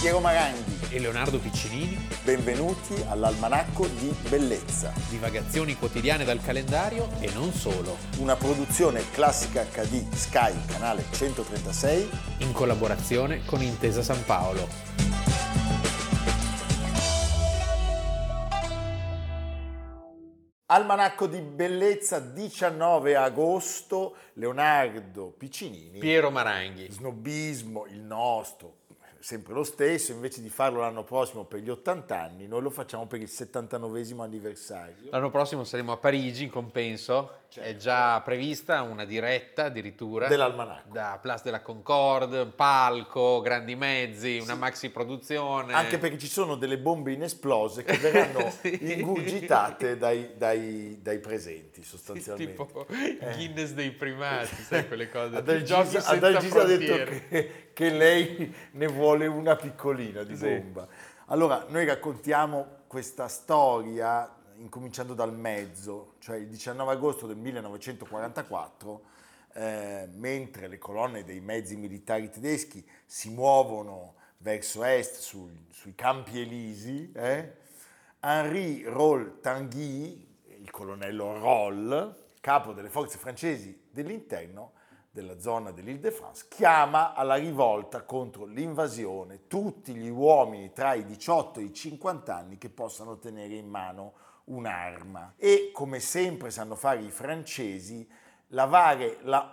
Piero Maranghi e Leonardo Piccinini. Benvenuti all'Almanacco di Bellezza. Divagazioni quotidiane dal calendario e non solo. Una produzione Classica HD Sky, canale 136. In collaborazione con Intesa San Paolo. Almanacco di Bellezza, 19 agosto, Leonardo Piccinini. Piero Maranghi. Snobismo, il nostro, sempre lo stesso, invece di farlo l'anno prossimo per gli 80 anni, noi lo facciamo per il 79esimo anniversario. L'anno prossimo saremo a Parigi in compenso. Certo. È già prevista una diretta addirittura Dell'Almanacco. da Place de la Concorde, un palco, grandi mezzi, una maxi produzione. Anche perché ci sono delle bombe inesplose che verranno Sì. ingurgitate dai presenti, sostanzialmente. Tipo Guinness dei primati, sai quelle cose. Adalgisa ha detto che lei ne vuole una piccolina di bomba. Allora, noi raccontiamo questa storia incominciando dal mezzo, cioè il 19 agosto del 1944, mentre le colonne dei mezzi militari tedeschi si muovono verso est sui campi Elisi, Henri Roll-Tanguy, il colonnello Roll, capo delle forze francesi dell'interno della zona dell'Île-de-France, chiama alla rivolta contro l'invasione tutti gli uomini tra i 18 e i 50 anni che possano tenere in mano un'arma. E come sempre sanno fare i francesi, lavare la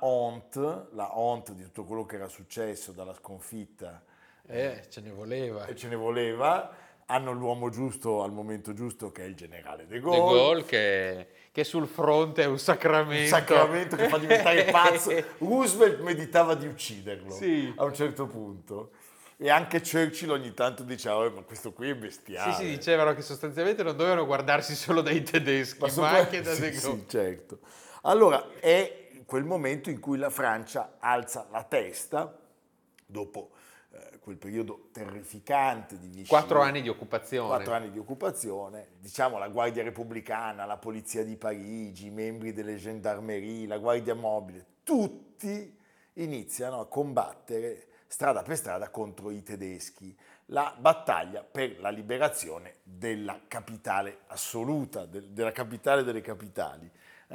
honte di tutto quello che era successo dalla sconfitta. Ce ne voleva. E ce ne voleva. Hanno l'uomo giusto al momento giusto, che è il generale De De Gaulle. Gaulle che sul fronte è un sacramento. Un sacramento che fa diventare pazzo. Roosevelt meditava di ucciderlo, sì, a un certo punto. E anche Churchill ogni tanto diceva, ma questo qui è bestiale. Sì, dicevano che sostanzialmente non dovevano guardarsi solo dai tedeschi, ma anche da De Gaulle. Sì, certo. Allora, è quel momento in cui la Francia alza la testa, dopo quel periodo terrificante di Vichy. 4 anni di occupazione. 4 anni di occupazione, diciamo la Guardia Repubblicana, la Polizia di Parigi, i membri delle Gendarmerie, la Guardia Mobile, tutti iniziano a combattere strada per strada contro i tedeschi. La battaglia per la liberazione della capitale assoluta, della capitale delle capitali.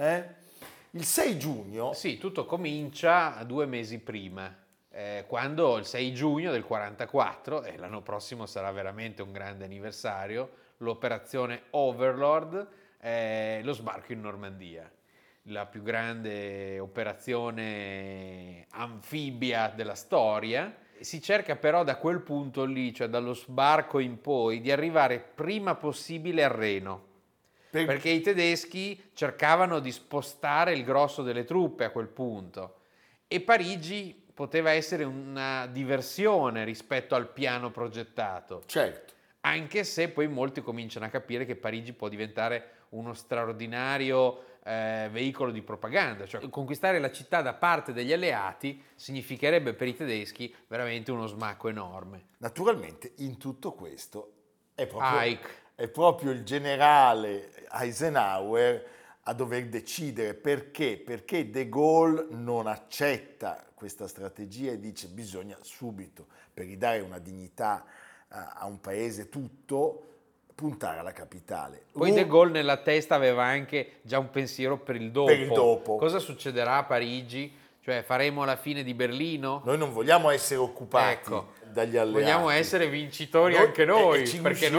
Il 6 giugno... Sì, tutto comincia 2 mesi prima. Quando il 6 giugno del 44, e l'anno prossimo sarà veramente un grande anniversario, l'operazione Overlord, lo sbarco in Normandia, la più grande operazione anfibia della storia. Si cerca però da quel punto lì, cioè dallo sbarco in poi, di arrivare prima possibile al Reno, perché i tedeschi cercavano di spostare il grosso delle truppe a quel punto, e Parigi poteva essere una diversione rispetto al piano progettato. Certo. Anche se poi molti cominciano a capire che Parigi può diventare uno straordinario veicolo di propaganda. Cioè, conquistare la città da parte degli alleati significherebbe per i tedeschi veramente uno smacco enorme. Naturalmente in tutto questo è proprio il generale Eisenhower a dover decidere. Perché De Gaulle non accetta questa strategia e dice bisogna subito, per ridare una dignità a un paese tutto, puntare alla capitale. Poi De Gaulle nella testa aveva anche già un pensiero per il dopo. Cosa succederà a Parigi? Cioè faremo la fine di Berlino? Noi non vogliamo essere occupati dagli alleati. Vogliamo essere vincitori anche noi. Perché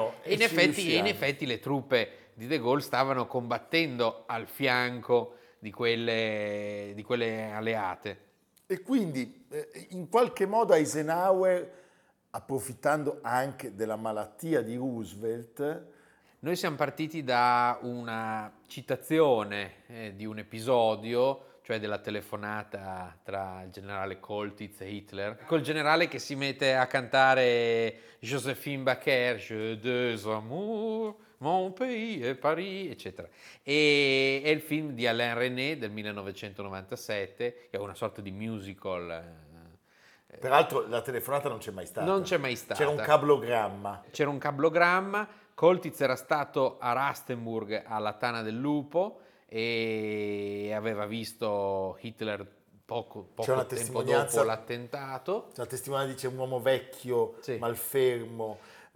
in effetti le truppe di De Gaulle stavano combattendo al fianco di quelle alleate. E quindi in qualche modo Eisenhower, approfittando anche della malattia di Roosevelt... Noi siamo partiti da una citazione di un episodio, cioè della telefonata tra il generale Coltitz e Hitler, col generale che si mette a cantare Joséphine Baker, Je deux amours, mon pays et Paris, eccetera. E è il film di Alain Resnais del 1997, che è una sorta di musical. Peraltro la telefonata non c'è mai stata. Non c'è mai stata. C'era un cablogramma. Coltitz era stato a Rastenburg alla Tana del Lupo e aveva visto Hitler poco una tempo testimonianza, dopo l'attentato. La testimonianza dice un uomo vecchio, Sì. malfermo,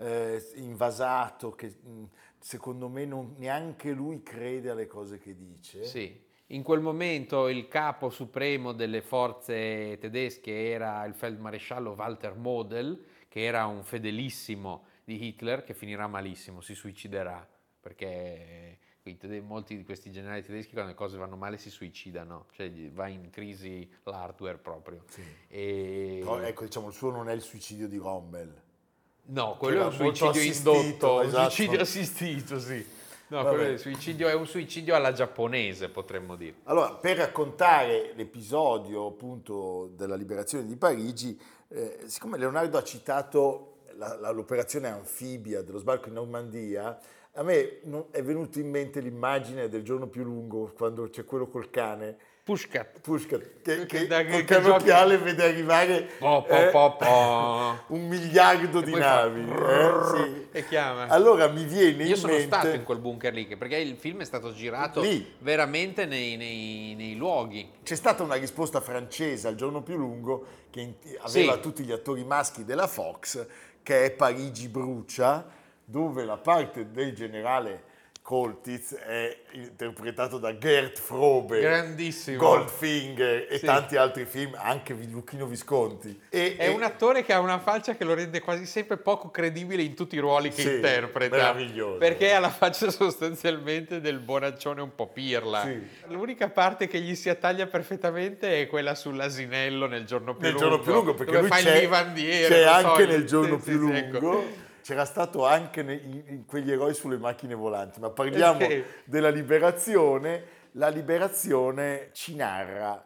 invasato, che secondo me neanche lui crede alle cose che dice. Sì. In quel momento il capo supremo delle forze tedesche era il feldmaresciallo Walter Model, che era un fedelissimo di Hitler, che finirà malissimo, si suiciderà, perché molti di questi generali tedeschi quando le cose vanno male si suicidano, cioè va in crisi l'hardware proprio. Sì. E... Però ecco, diciamo, il suo non è il suicidio di Rommel. No, Che quello è era un molto suicidio assistito, indotto, un esatto. suicidio assistito, sì. No, quello Vabbè. è un suicidio alla giapponese, potremmo dire. Allora, per raccontare l'episodio appunto della liberazione di Parigi, siccome Leonardo ha citato l'operazione anfibia dello sbarco in Normandia, a me è venuto in mente l'immagine del Giorno più lungo, quando c'è quello col cane, Pushkat. Pushkat, che Che col canocchiale vede arrivare Po, po, po, po. 1 miliardo E di poi fa navi. Sì. e chiama. Allora mi viene Io in sono stato in mente quel bunker lì, perché il film è stato girato lì. veramente nei luoghi. C'è stata una risposta francese al Giorno più lungo che aveva Sì. tutti gli attori maschi della Fox, che è Parigi brucia, dove la parte del generale Coltitz è interpretato da Gert Frobe, Grandissimo. Goldfinger e Sì. tanti altri film, anche Luchino Visconti. È un attore che ha una faccia che lo rende quasi sempre poco credibile in tutti i ruoli che Sì, interpreta. meraviglioso. Perché ha la faccia sostanzialmente del bonaccione un po' pirla. Sì. L'unica parte che gli si attaglia perfettamente è quella sull'asinello nel giorno più lungo. Giorno più lungo, perché dove lui fa il vivandiere. c'è non so, anche nel Giorno sì, più sì, ecco. lungo. C'era stato anche in quegli eroi sulle macchine volanti, ma parliamo Sì. della liberazione. La liberazione ci narra,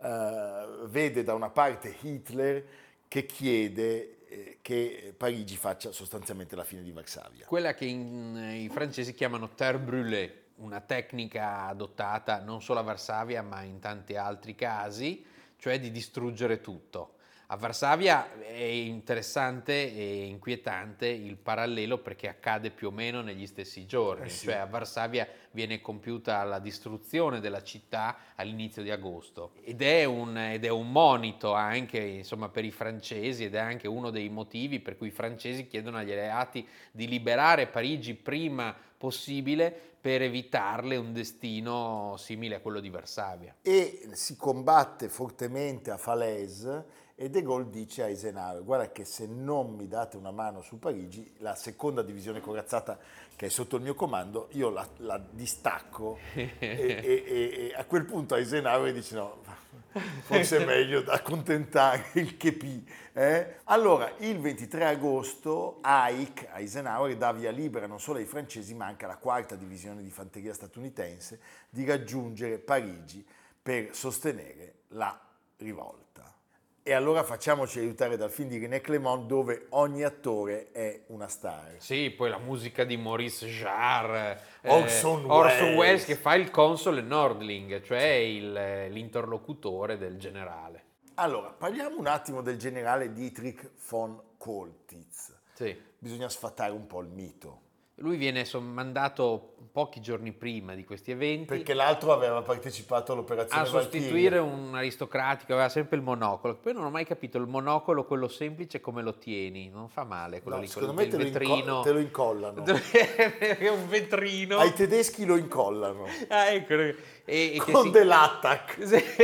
vede da una parte Hitler che chiede che Parigi faccia sostanzialmente la fine di Varsavia. Quella che i francesi chiamano terre brûlée, una tecnica adottata non solo a Varsavia ma in tanti altri casi, cioè di distruggere tutto. A Varsavia è interessante e inquietante il parallelo perché accade più o meno negli stessi giorni, Sì. cioè a Varsavia viene compiuta la distruzione della città all'inizio di agosto ed è un monito anche insomma, per i francesi ed è anche uno dei motivi per cui i francesi chiedono agli alleati di liberare Parigi prima possibile per evitarle un destino simile a quello di Varsavia. E si combatte fortemente a Falaise e De Gaulle dice a Eisenhower: guarda che se non mi date una mano su Parigi, la seconda divisione corazzata che è sotto il mio comando, io la distacco e a quel punto Eisenhower dice no, forse è meglio accontentare il Chepì. Allora, il 23 agosto Eisenhower dà via libera non solo ai francesi ma anche alla quarta divisione di fanteria statunitense di raggiungere Parigi per sostenere la rivolta. E allora facciamoci aiutare dal film di René Clément dove ogni attore è una star. Sì, poi la musica di Maurice Jarre, Orson Welles che fa il console Nordling, cioè l'interlocutore del generale. Allora, parliamo un attimo del generale Dietrich von Coltitz. Sì. Bisogna sfatare un po' il mito. Lui viene mandato pochi giorni prima di questi eventi Perché l'altro aveva partecipato all'operazione a sostituire un aristocratico, aveva sempre il monocolo. Poi non ho mai capito il monocolo, quello semplice, come lo tieni. Non fa male quello No, lì, secondo quel me vetrino. te lo incollano. È un vetrino. Ai tedeschi lo incollano. Ah, ecco. Con dell'attack.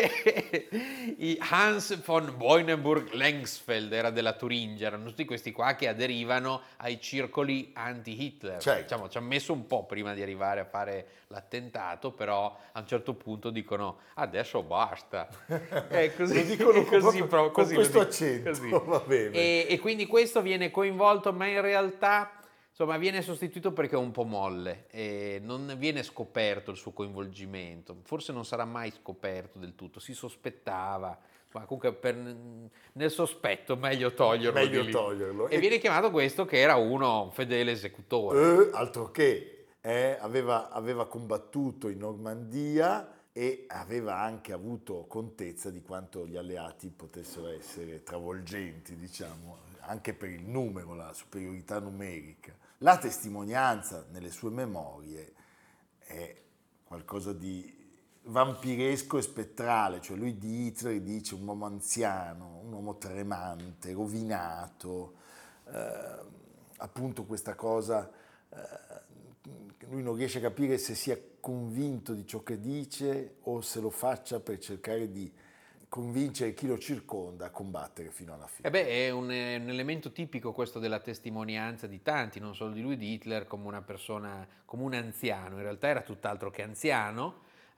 Hans von Boinenburg-Lengsfeld era della Turingia, erano tutti questi qua che aderivano ai circoli anti-Hitler. Certo. Diciamo, ci ha messo un po' prima di arrivare a fare l'attentato, però a un certo punto dicono adesso basta. Così, lo dicono così, con così questo lo dico, accento, così. va bene. E quindi questo viene coinvolto, ma in realtà insomma viene sostituito perché è un po' molle e non viene scoperto il suo coinvolgimento, forse non sarà mai scoperto del tutto, si sospettava, ma comunque nel sospetto meglio toglierlo Meglio di lì. toglierlo. E viene chiamato questo che era un fedele esecutore. Altro che, aveva combattuto in Normandia e aveva anche avuto contezza di quanto gli alleati potessero essere travolgenti, diciamo, anche per il numero, la superiorità numerica. La testimonianza nelle sue memorie è qualcosa di vampiresco e spettrale, cioè lui di Hitler dice un uomo anziano, un uomo tremante, rovinato, appunto questa cosa, lui non riesce a capire se sia convinto di ciò che dice o se lo faccia per cercare di convincere chi lo circonda a combattere fino alla fine. È un elemento tipico questo della testimonianza di tanti, non solo di lui, di Hitler come una persona, come un anziano. In realtà era tutt'altro che anziano,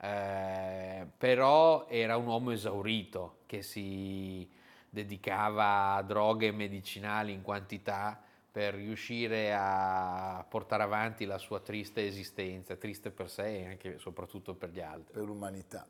però era un uomo esaurito che si dedicava a droghe medicinali in quantità per riuscire a portare avanti la sua triste esistenza, triste per sé e anche e soprattutto per gli altri. Per l'umanità.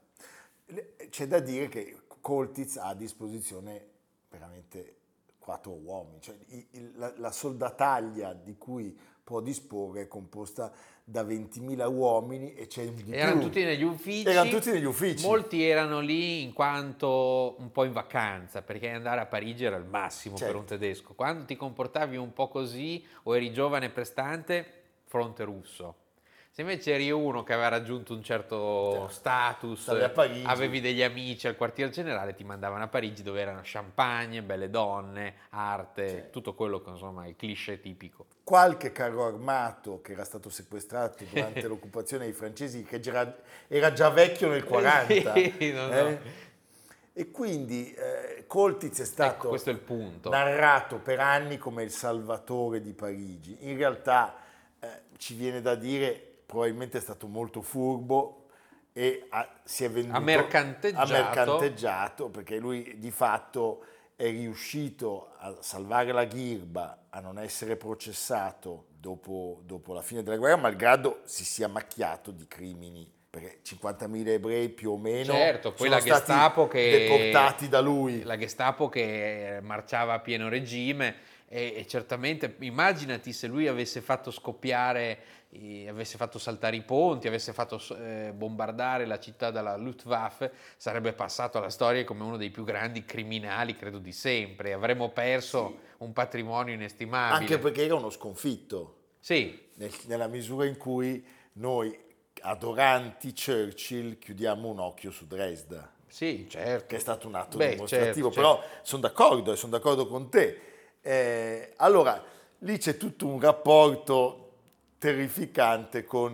C'è da dire che Coltitz ha a disposizione veramente 4 uomini, cioè la soldataglia di cui può disporre è composta da 20.000 uomini e c'è di Erano più. tutti negli uffici. Erano tutti negli uffici. Molti erano lì in quanto un po' in vacanza, perché andare a Parigi era il massimo per un tedesco. Quando ti comportavi un po' così o eri giovane e prestante, fronte russo. Se invece eri uno che aveva raggiunto un certo status, avevi degli amici al quartier generale, ti mandavano a Parigi dove erano champagne, belle donne, arte, tutto quello che insomma è il cliché tipico. Qualche carro armato che era stato sequestrato durante l'occupazione dei francesi, che era già vecchio nel 40. No. E quindi Coltitz è stato questo è il punto. narrato per anni come il salvatore di Parigi. In realtà ci viene da dire probabilmente è stato molto furbo e si è venduto, ha mercanteggiato perché lui di fatto è riuscito a salvare la Ghirba, a non essere processato dopo la fine della guerra, malgrado si sia macchiato di crimini, perché 50.000 ebrei più o meno poi sono stati deportati da lui. La Gestapo che marciava a pieno regime e certamente immaginati se lui avesse fatto scoppiare, avesse fatto saltare i ponti, avesse fatto bombardare la città dalla Luftwaffe, sarebbe passato alla storia come uno dei più grandi criminali, credo, di sempre. Avremmo perso un patrimonio inestimabile. Anche perché era uno sconfitto. Sì. Nella misura in cui noi, adoranti Churchill, chiudiamo un occhio su Dresda. Sì, certo. Che è stato un atto dimostrativo, certo. Però sono d'accordo con te. Allora, lì c'è tutto un rapporto terrificante con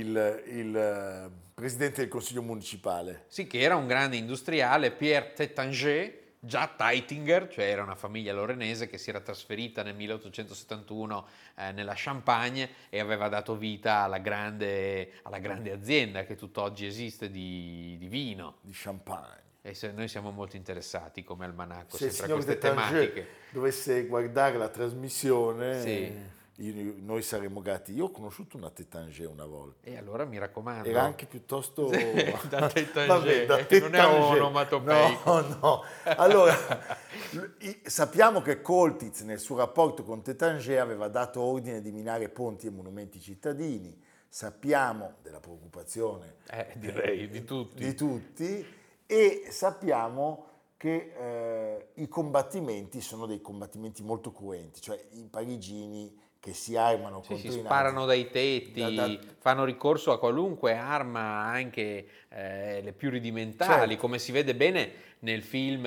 il presidente del consiglio municipale. Sì, che era un grande industriale, Pierre Tétanger, già Taitinger, cioè era una famiglia lorenese che si era trasferita nel 1871 nella Champagne e aveva dato vita alla grande azienda che tutt'oggi esiste di vino. Di Champagne. E noi siamo molto interessati come almanacco Se sempre a queste il signor tematiche. Dovesse guardare la trasmissione, sì. Noi saremmo grati. Io ho conosciuto una Tétanger una volta. E allora mi raccomando. Era anche piuttosto... da Tétanger, Tétanger. Non è onomatopeico. No. Allora, sappiamo che Coltitz nel suo rapporto con Tétanger aveva dato ordine di minare ponti e monumenti cittadini. Sappiamo della preoccupazione direi di tutti. E sappiamo che i combattimenti sono dei combattimenti molto cruenti, cioè i parigini che si armano contro i nazi. Sparano dai tetti, fanno ricorso a qualunque arma, anche le più rudimentali, come si vede bene nel film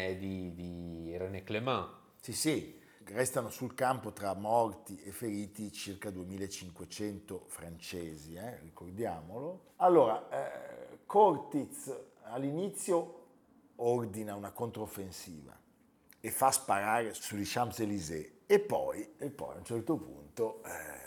di René Clément. Sì, restano sul campo tra morti e feriti circa 2500 francesi, ricordiamolo. Allora, Coltitz all'inizio ordina una controffensiva e fa sparare sugli Champs-Élysées e poi a un certo punto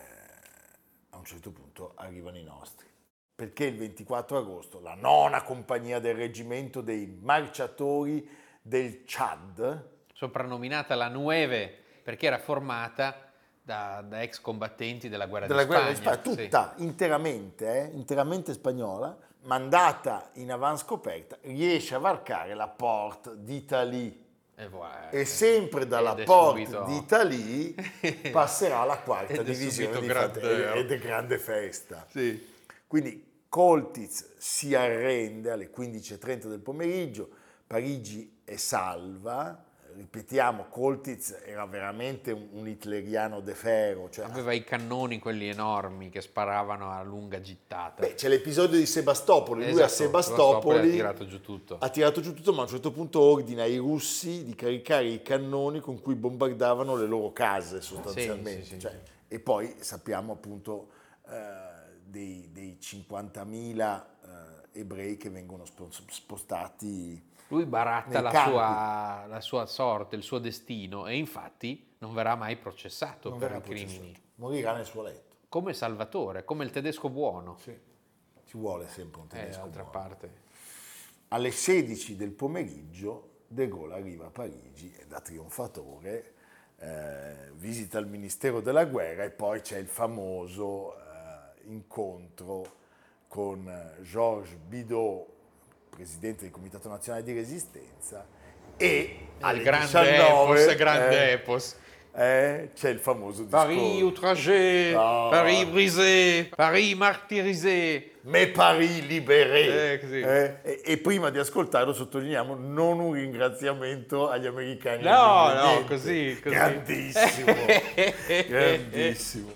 arrivano i nostri. Perché il 24 agosto la 9ª compagnia del reggimento dei marciatori del Chad, soprannominata la Nueve perché era formata da ex combattenti della guerra di Spagna. Tutta interamente spagnola, mandata in avanscoperta, riesce a varcare la Porte d'Italie. E sempre dalla Porte d'Italie passerà la 4ª divisione di fanteria ed è grande festa. Sì. Quindi Coltitz si arrende alle 15:30 del pomeriggio, Parigi è salva, ripetiamo, Koltitz era veramente un hitleriano de ferro. Cioè, aveva i cannoni quelli enormi che sparavano a lunga gittata. c'è l'episodio di Sebastopoli, lui Esatto, a Sebastopoli ha tirato giù tutto. ha tirato giù tutto, ma a un certo punto ordina ai russi di caricare i cannoni con cui bombardavano le loro case sostanzialmente. Sì. Cioè, e poi sappiamo appunto dei 50.000 ebrei che vengono spostati. Lui baratta nei la sua sorte, il suo destino, e infatti non verrà mai processato Non per verrà i crimini. processato. Morirà nel suo letto. Come Salvatore, come il tedesco buono. Sì. Ci vuole sempre un tedesco D'altra buono. parte. Alle 16 del pomeriggio De Gaulle arriva a Parigi e da trionfatore visita il Ministero della Guerra e poi c'è il famoso incontro con Georges Bidault, presidente del Comitato Nazionale di Resistenza, e alle grande epos. C'è il famoso discorso. Paris outragé, No. Paris brisé, Paris martyrisé. Mais Paris libéré. Così. E prima di ascoltarlo sottolineiamo non un ringraziamento agli americani. No, così. Grandissimo, grandissimo.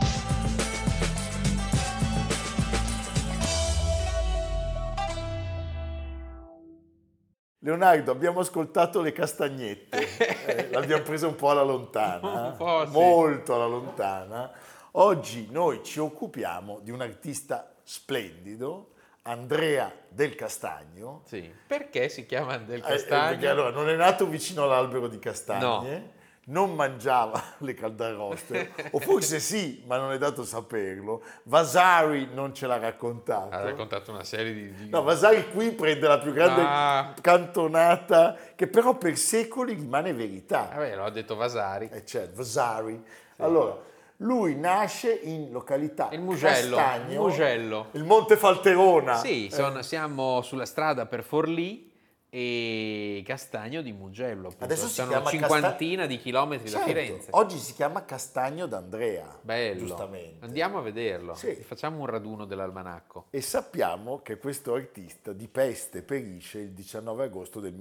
Leonardo, abbiamo ascoltato le castagnette, l'abbiamo presa un po' alla lontana, Un po', sì. molto alla lontana. Oggi noi ci occupiamo di un artista splendido, Andrea Del Castagno. Sì. Perché si chiama Del Perché Castagno? allora non è nato vicino all'albero di castagne, non mangiava le caldarostere, o forse sì, ma non è dato saperlo. Vasari non ce l'ha raccontato. Ha raccontato una serie di... No, Vasari qui prende la più grande cantonata, che però per secoli rimane verità. Vabbè, l'ho detto Vasari. Certo, Vasari. Allora, lui nasce in località Il Mugello. Castagno, Il Mugello. il Monte Falterona. Sì, siamo sulla strada per Forlì e Castagno di Mugello. Appunto. Adesso si sono chiama cinquantina di chilometri da Certo, Firenze. oggi si chiama Castagno d'Andrea. Bello. Giustamente. Andiamo a vederlo. Sì. Facciamo un raduno dell'almanacco. E sappiamo che questo artista di peste perisce il 19 agosto del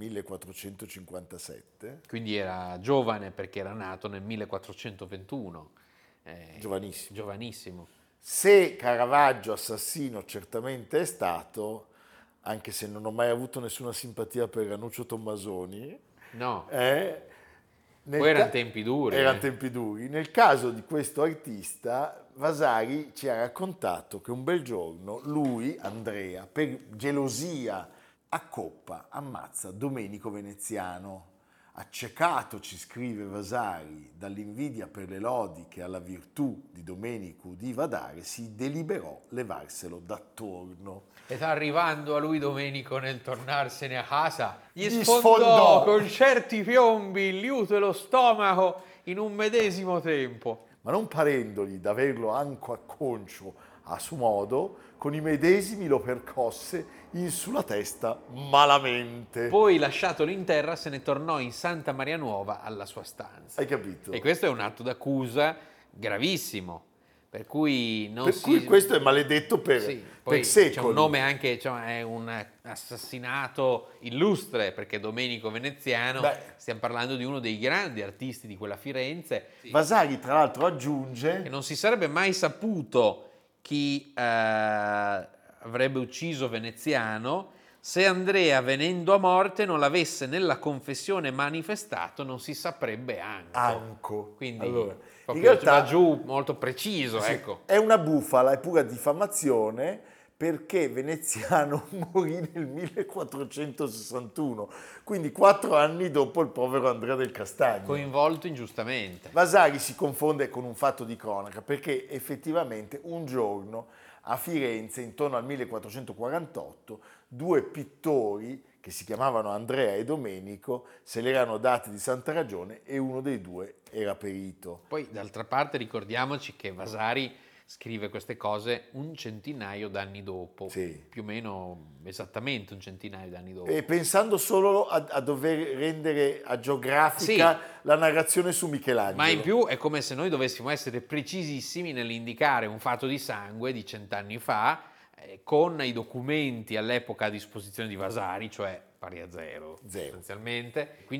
1457. Quindi era giovane perché era nato nel 1421. Giovanissimo. Giovanissimo. Se Caravaggio assassino certamente è stato, anche se non ho mai avuto nessuna simpatia per Ranuccio Tommasoni, No, poi erano tempi duri. Erano tempi duri. Nel caso di questo artista, Vasari ci ha raccontato che un bel giorno lui, Andrea, per gelosia a coppa, ammazza Domenico Veneziano. Accecato, ci scrive Vasari, dall'invidia per le lodi che alla virtù di Domenico udiva dare, si deliberò levarselo d'attorno. E sta arrivando a lui Domenico nel tornarsene a casa, gli sfondò. sfondò con certi piombi il liuto e lo stomaco in un medesimo tempo. Ma non parendogli d'averlo anco acconcio a suo modo, con i medesimi lo percosse in sulla testa malamente. Poi, lasciatolo in terra, se ne tornò in Santa Maria Nuova alla sua stanza. Hai capito? E questo è un atto d'accusa gravissimo, per cui non Per si... cui questo è maledetto per poi secoli. c'è un nome anche, è un assassinato illustre, perché Domenico Veneziano, stiamo parlando di uno dei grandi artisti di quella Firenze. Vasari tra l'altro aggiunge che non si sarebbe mai saputo chi avrebbe ucciso Veneziano se Andrea, venendo a morte, non l'avesse nella confessione manifestato, non si saprebbe anco. Quindi Allora, proprio in realtà va giù molto preciso, sì, ecco. è una bufala, è pura diffamazione, perché Veneziano morì nel 1461, quindi 4 anni dopo il povero Andrea del Castagno. Coinvolto ingiustamente. Vasari si confonde con un fatto di cronaca, perché effettivamente un giorno a Firenze, intorno al 1448, 2 pittori che si chiamavano Andrea e Domenico se l'erano dati di santa ragione e uno dei due era perito. Poi, d'altra parte, ricordiamoci che Vasari scrive queste cose un centinaio d'anni dopo, più o meno esattamente un centinaio d'anni dopo. E pensando solo a dover rendere agiografica la narrazione su Michelangelo. Ma in più è come se noi dovessimo essere precisissimi nell'indicare un fatto di sangue di 100 anni fa con i documenti all'epoca a disposizione di Vasari, cioè pari a zero. Sostanzialmente. Quindi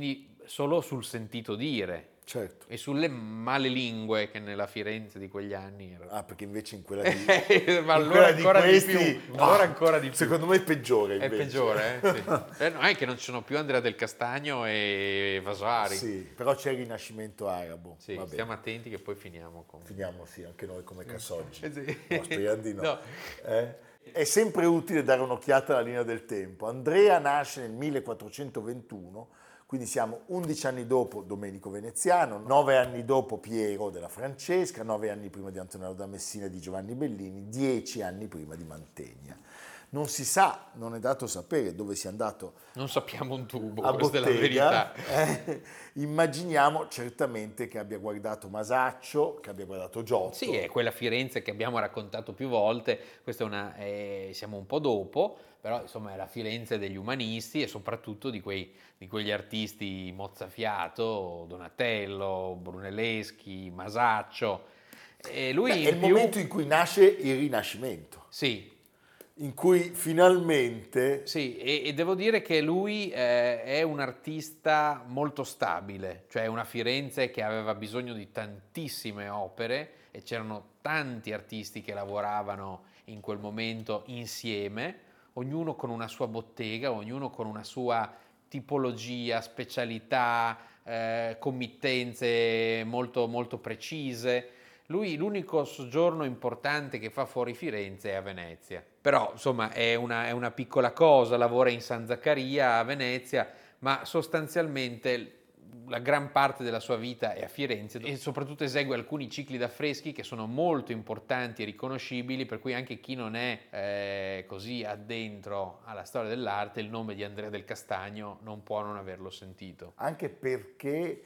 solo sul sentito dire. Certo. E sulle male lingue che nella Firenze di quegli anni erano. Ah, perché invece in quella di, Ma in allora quella di ancora questi, di più. Allora ancora di più. secondo me è peggiore È invece. peggiore, sì. No, è che non ci sono più Andrea del Castagno e Vasari. Sì, però c'è il Rinascimento arabo. Sì, Va stiamo bene. attenti che poi finiamo con... Finiamo, sì, anche noi come Cassoggi. Sì. No, speriamo di no. No. È sempre utile dare un'occhiata alla linea del tempo. Andrea nasce nel 1421, quindi siamo 11 anni dopo Domenico Veneziano, 9 anni dopo Piero della Francesca, 9 anni prima di Antonello da Messina e di Giovanni Bellini, 10 anni prima di Mantegna. Non si sa, non è dato sapere dove sia andato Non sappiamo un tubo, a questa bottega. è la verità. Immaginiamo certamente che abbia guardato Masaccio, che abbia guardato Giotto. Sì, è quella Firenze che abbiamo raccontato più volte, questa siamo un po' dopo, però insomma è la Firenze degli umanisti e soprattutto di quegli artisti mozzafiato, Donatello, Brunelleschi, Masaccio. E lui Beh, è il momento in cui nasce il Rinascimento, Sì, in cui finalmente... sì, e devo dire che lui è un artista molto stabile, cioè una Firenze che aveva bisogno di tantissime opere e c'erano tanti artisti che lavoravano in quel momento insieme, ognuno con una sua bottega, ognuno con una sua tipologia, specialità, committenze molto, molto precise. Lui l'unico soggiorno importante che fa fuori Firenze è a Venezia. Però insomma è una piccola cosa, lavora in San Zaccaria a Venezia, ma sostanzialmente la gran parte della sua vita è a Firenze e soprattutto esegue alcuni cicli d'affreschi che sono molto importanti e riconoscibili, per cui anche chi non è così addentro alla storia dell'arte, il nome di Andrea del Castagno non può non averlo sentito. Anche perché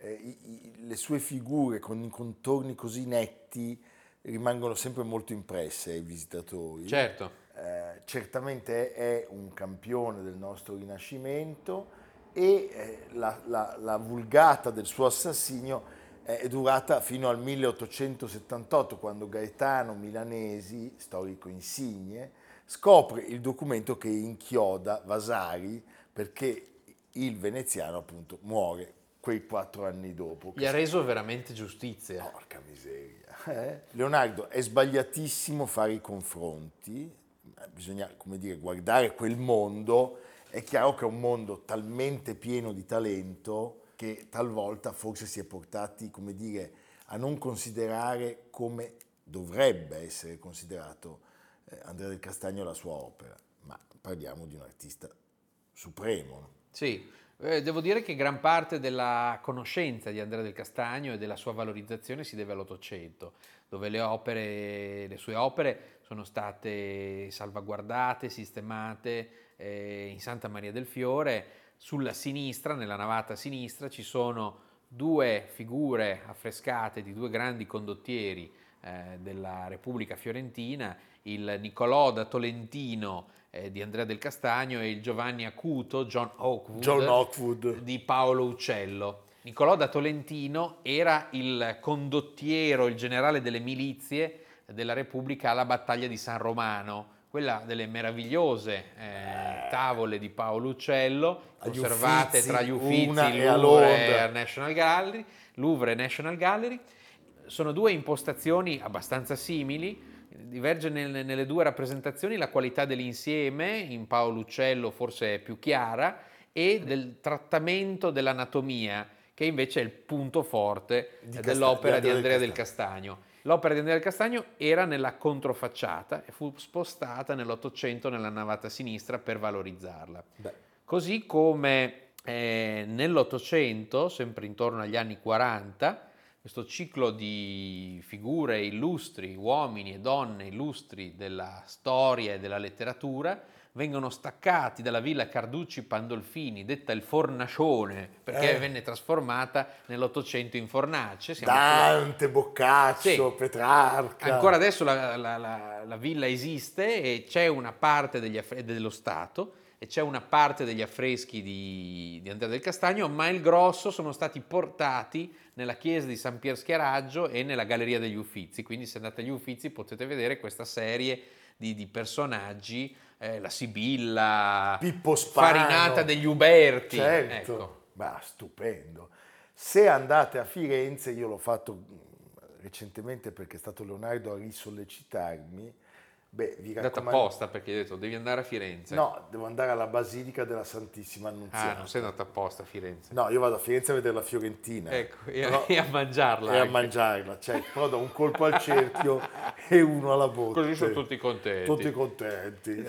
le sue figure con i contorni così netti rimangono sempre molto impresse ai visitatori. Certo. Certamente è un campione del nostro Rinascimento e la vulgata del suo assassinio è durata fino al 1878, quando Gaetano Milanesi, storico insigne, scopre il documento che inchioda Vasari perché il veneziano appunto muore quei 4 anni dopo. Gli ha reso veramente giustizia. Porca miseria. Leonardo, è sbagliatissimo fare i confronti, bisogna, come dire, guardare quel mondo. È chiaro che è un mondo talmente pieno di talento che talvolta forse si è portati, come dire, a non considerare come dovrebbe essere considerato Andrea del Castagno la sua opera. Ma parliamo di un artista supremo. Sì, devo dire che gran parte della conoscenza di Andrea del Castagno e della sua valorizzazione si deve all'Ottocento, dove le sue opere sono state salvaguardate, sistemate in Santa Maria del Fiore. Sulla sinistra, nella navata sinistra, ci sono due figure affrescate di due grandi condottieri della Repubblica Fiorentina, il Niccolò da Tolentino di Andrea del Castagno e il Giovanni Acuto, John Hawkwood, di Paolo Uccello. Niccolò da Tolentino era il condottiero, il generale delle milizie della Repubblica alla battaglia di San Romano, quella delle meravigliose tavole di Paolo Uccello, conservate tra gli Uffizi, Louvre e National Gallery. Sono due impostazioni abbastanza simili. Diverge nelle due rappresentazioni la qualità dell'insieme, in Paolo Uccello forse è più chiara, e del trattamento dell'anatomia, che invece è il punto forte dell'opera di Andrea del Castagno. L'opera di Andrea del Castagno era nella controfacciata e fu spostata nell'Ottocento nella navata sinistra per valorizzarla. Così come nell'Ottocento, sempre intorno agli anni 40, questo ciclo di figure illustri, uomini e donne illustri della storia e della letteratura, vengono staccati dalla villa Carducci Pandolfini, detta il Fornacione, perché venne trasformata nell'Ottocento in fornace. Dante, Boccaccio, sì. Petrarca. Ancora adesso la villa esiste e c'è una parte dello Stato e c'è una parte degli affreschi di Andrea del Castagno, ma il grosso sono stati portati nella chiesa di San Pier Schiaraggio e nella Galleria degli Uffizi. Quindi se andate agli Uffizi potete vedere questa serie di personaggi, la Sibilla, Pippo Spano, Farinata degli Uberti. certo. Ecco. Ma stupendo. Se andate a Firenze, io l'ho fatto recentemente perché è stato Leonardo a risollecitarmi, vi Andata apposta perché hai detto devi andare a Firenze. No, devo andare alla Basilica della Santissima Ah, Annunziata. non sei andata apposta a Firenze. No, io vado a Firenze a vedere la Fiorentina. Ecco, e a mangiarla. E a anche. mangiarla, cioè, però do un colpo al cerchio e uno alla botte. Così sono tutti contenti. Tutti contenti.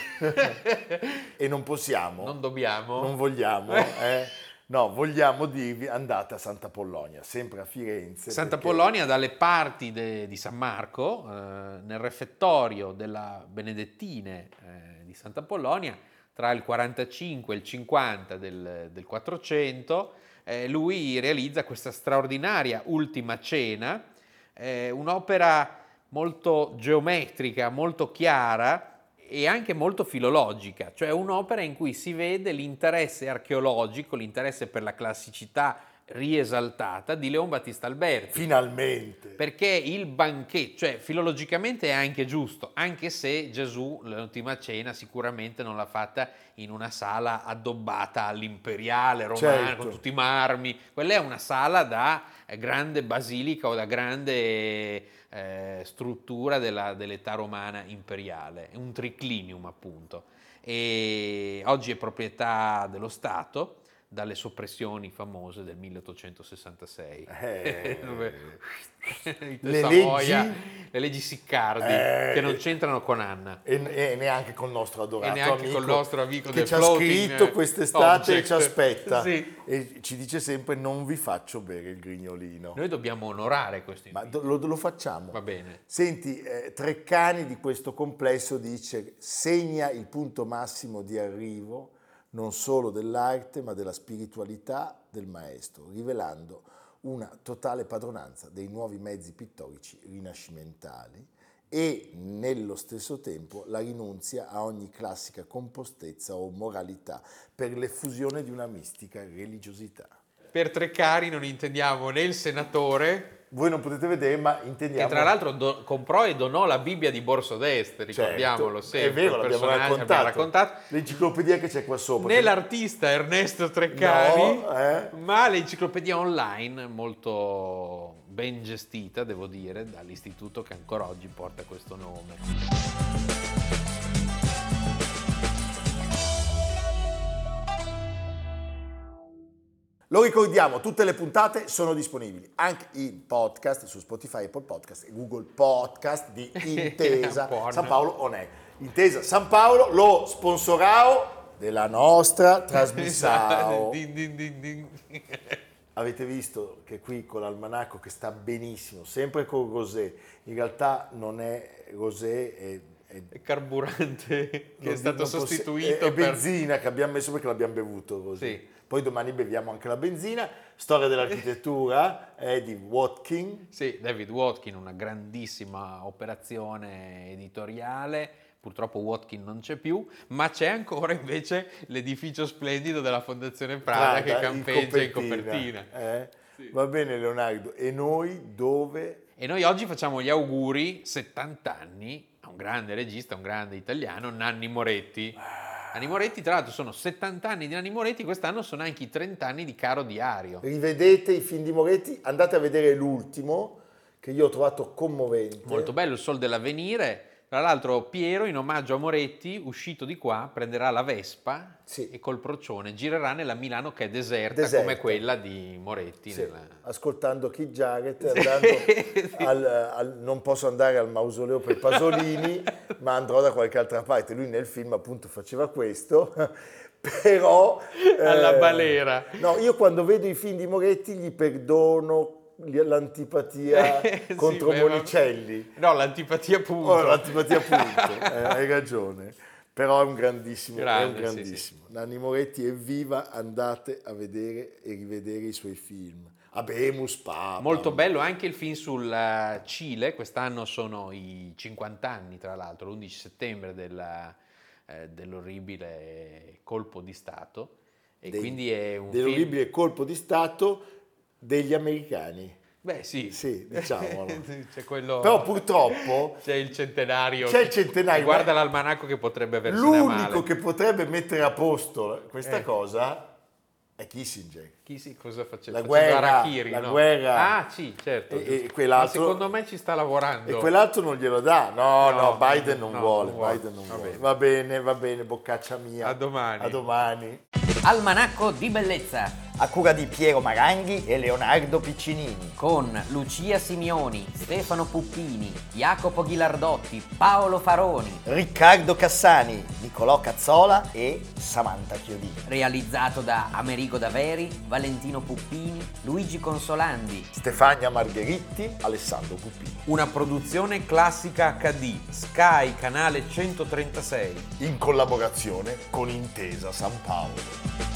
E non possiamo. Non dobbiamo. Non vogliamo. No, vogliamo dirvi andate a Santa Polonia, sempre a Firenze. Santa perché... Polonia dalle parti di San Marco, nel refettorio della Benedettine di Santa Polonia, tra il 45 e il 50 del 400, lui realizza questa straordinaria Ultima Cena, un'opera molto geometrica, molto chiara e anche molto filologica, cioè un'opera in cui si vede l'interesse archeologico, l'interesse per la classicità riesaltata di Leon Battista Alberti. Finalmente! Perché il banchetto, cioè filologicamente è anche giusto, anche se Gesù l'ultima cena sicuramente non l'ha fatta in una sala addobbata all'imperiale romana, certo, con tutti i marmi, quella è una sala da grande basilica o da grande struttura dell'età romana imperiale, è un triclinium appunto, e oggi è proprietà dello Stato dalle soppressioni famose del 1866. Le leggi Siccardi che non c'entrano con Anna e neanche col nostro adorato e neanche amico, col nostro amico che del ci ha floating scritto quest'estate object. e ci aspetta, sì. e ci dice sempre non vi faccio bere il grignolino. Noi dobbiamo onorare questo invito. Ma lo facciamo. Va bene. Senti, Treccani di questo complesso dice: segna il punto massimo di arrivo non solo dell'arte ma della spiritualità del maestro, rivelando una totale padronanza dei nuovi mezzi pittorici rinascimentali e nello stesso tempo la rinunzia a ogni classica compostezza o moralità per l'effusione di una mistica religiosità. Per Treccani non intendiamo né il senatore, voi non potete vedere, ma intendiamo... che tra l'altro comprò e donò la Bibbia di Borso d'Este, ricordiamolo sempre. È vero, l'abbiamo raccontato. L'enciclopedia che c'è qua sopra. Né l'artista Ernesto Treccani, ma l'enciclopedia online molto ben gestita, devo dire, dall'istituto che ancora oggi porta questo nome. Lo ricordiamo, tutte le puntate sono disponibili anche in podcast su Spotify, Apple Podcast e Google Podcast di Intesa San Paolo On Air. Intesa San Paolo, lo sponsorao della nostra trasmissione. Avete visto che qui con l'almanacco che sta benissimo, sempre con rosé, in realtà non è rosé, è carburante che è stato sostituito è benzina che abbiamo messo perché l'abbiamo bevuto così. Sì. Poi domani beviamo anche la benzina. Storia dell'architettura di Watkin. Sì, David Watkin, una grandissima operazione editoriale. Purtroppo Watkin non c'è più, ma c'è ancora invece l'edificio splendido della Fondazione Prada che campeggia in copertina. Sì. Va bene Leonardo, e noi dove? E noi oggi facciamo gli auguri, 70 anni, a un grande regista, un grande italiano, Nanni Moretti. Nanni Moretti, tra l'altro, sono 70 anni di Nanni Moretti, quest'anno sono anche i 30 anni di Caro Diario. Rivedete i film di Moretti, andate a vedere l'ultimo, che io ho trovato commovente. Molto bello, Il Sol dell'Avvenire. Tra l'altro Piero, in omaggio a Moretti, uscito di qua, prenderà la Vespa e col procione girerà nella Milano che è deserta. Come quella di Moretti. Sì. Ascoltando Keith Jarrett, andando non posso andare al mausoleo per Pasolini, ma andrò da qualche altra parte. Lui nel film appunto faceva questo, però... alla balera. No, io quando vedo i film di Moretti gli perdono l'antipatia contro Monicelli. No, l'antipatia punto. L'antipatia punto, hai ragione. Però è un grandissimo, Grande. Sì. Nanni Moretti è viva, andate a vedere e rivedere i suoi film. Habemus Papam. Molto bello anche il film sul Cile, quest'anno sono i 50 anni tra l'altro, l'11 settembre dell'orribile colpo di Stato. E quindi è un dell'orribile film... colpo di Stato degli americani. Beh sì. Sì, diciamolo. C'è quello... Però purtroppo... C'è il centenario. Guarda l'almanacco che potrebbe versene a male. L'unico che potrebbe mettere a posto questa cosa È Kissinger. Cosa faceva? La guerra, Harakiri, la no? guerra. Ah, sì, certo. E quell'altro, ma secondo me ci sta lavorando. E quell'altro non glielo dà. No, Biden non vuole. Biden non vuole. Va bene, boccaccia mia. A domani. A domani. Almanacco di bellezza A cura di Piero Maranghi e Leonardo Piccinini. con Lucia Simioni, Stefano Puppini, Jacopo Ghilardotti, Paolo Faroni, Riccardo Cassani, Nicolò Cazzola e Samantha Chiodini. realizzato da Amerigo Daveri, Valentino Puppini, Luigi Consolandi. Stefania Margheritti, Alessandro Puppini. Una produzione Classica HD, Sky, canale 136. In collaborazione con Intesa San Paolo.